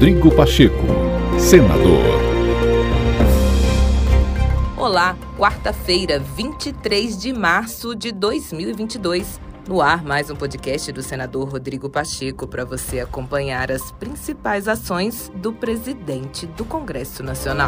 Rodrigo Pacheco, senador. Olá, quarta-feira, 23 de março de 2022. No ar, mais um podcast do senador Rodrigo Pacheco para você acompanhar as principais ações do presidente do Congresso Nacional.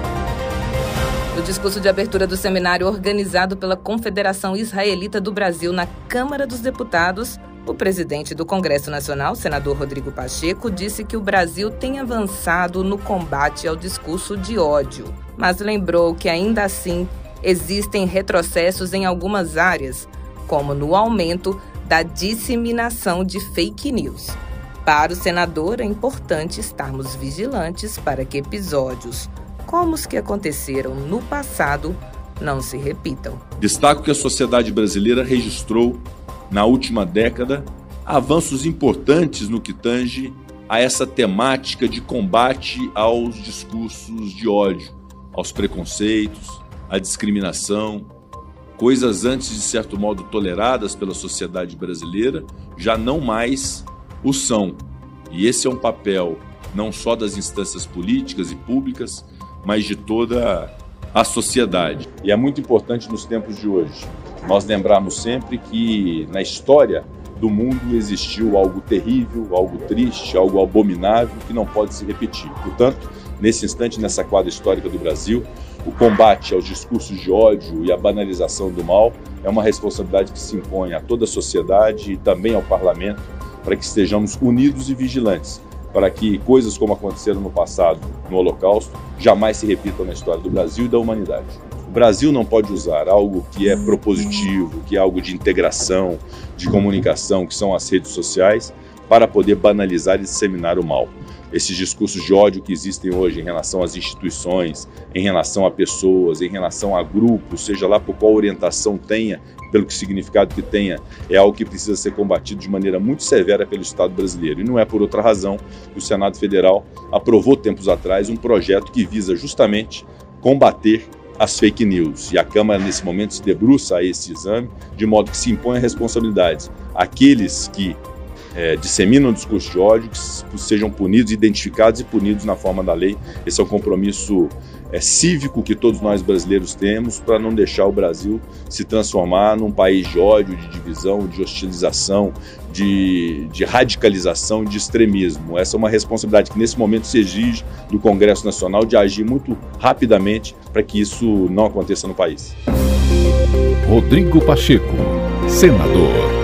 No discurso de abertura do seminário organizado pela Confederação Israelita do Brasil na Câmara dos Deputados, o presidente do Congresso Nacional, senador Rodrigo Pacheco, disse que o Brasil tem avançado no combate ao discurso de ódio, mas lembrou que ainda assim existem retrocessos em algumas áreas, como no aumento da disseminação de fake news. Para o senador, é importante estarmos vigilantes para que episódios como os que aconteceram no passado não se repitam. Destaco que a sociedade brasileira registrou, na última década, avanços importantes no que tange a essa temática de combate aos discursos de ódio, aos preconceitos, à discriminação. Coisas antes, de certo modo, toleradas pela sociedade brasileira, já não mais o são. E esse é um papel não só das instâncias políticas e públicas, mas de toda a sociedade. E é muito importante nos tempos de hoje nós lembrarmos sempre que na história do mundo existiu algo terrível, algo triste, algo abominável que não pode se repetir. Portanto, nesse instante, nessa quadra histórica do Brasil, o combate aos discursos de ódio e a banalização do mal é uma responsabilidade que se impõe a toda a sociedade e também ao parlamento para que estejamos unidos e vigilantes, para que coisas como aconteceram no passado, no Holocausto, jamais se repitam na história do Brasil e da humanidade. O Brasil não pode usar algo que é propositivo, que é algo de integração, de comunicação, que são as redes sociais, para poder banalizar e disseminar o mal. Esses discursos de ódio que existem hoje em relação às instituições, em relação a pessoas, em relação a grupos, seja lá por qual orientação tenha, pelo que significado que tenha, é algo que precisa ser combatido de maneira muito severa pelo Estado brasileiro. E não é por outra razão que o Senado Federal aprovou tempos atrás um projeto que visa justamente combater as fake news. E a Câmara, nesse momento, se debruça a esse exame, de modo que se impõe a responsabilidades àqueles que disseminam discurso de ódio, que sejam punidos, identificados e punidos na forma da lei. Esse é um compromisso cívico que todos nós brasileiros temos para não deixar o Brasil se transformar num país de ódio, de divisão, de hostilização, de radicalização, de extremismo. Essa é uma responsabilidade que nesse momento se exige do Congresso Nacional de agir muito rapidamente para que isso não aconteça no país. Rodrigo Pacheco, senador.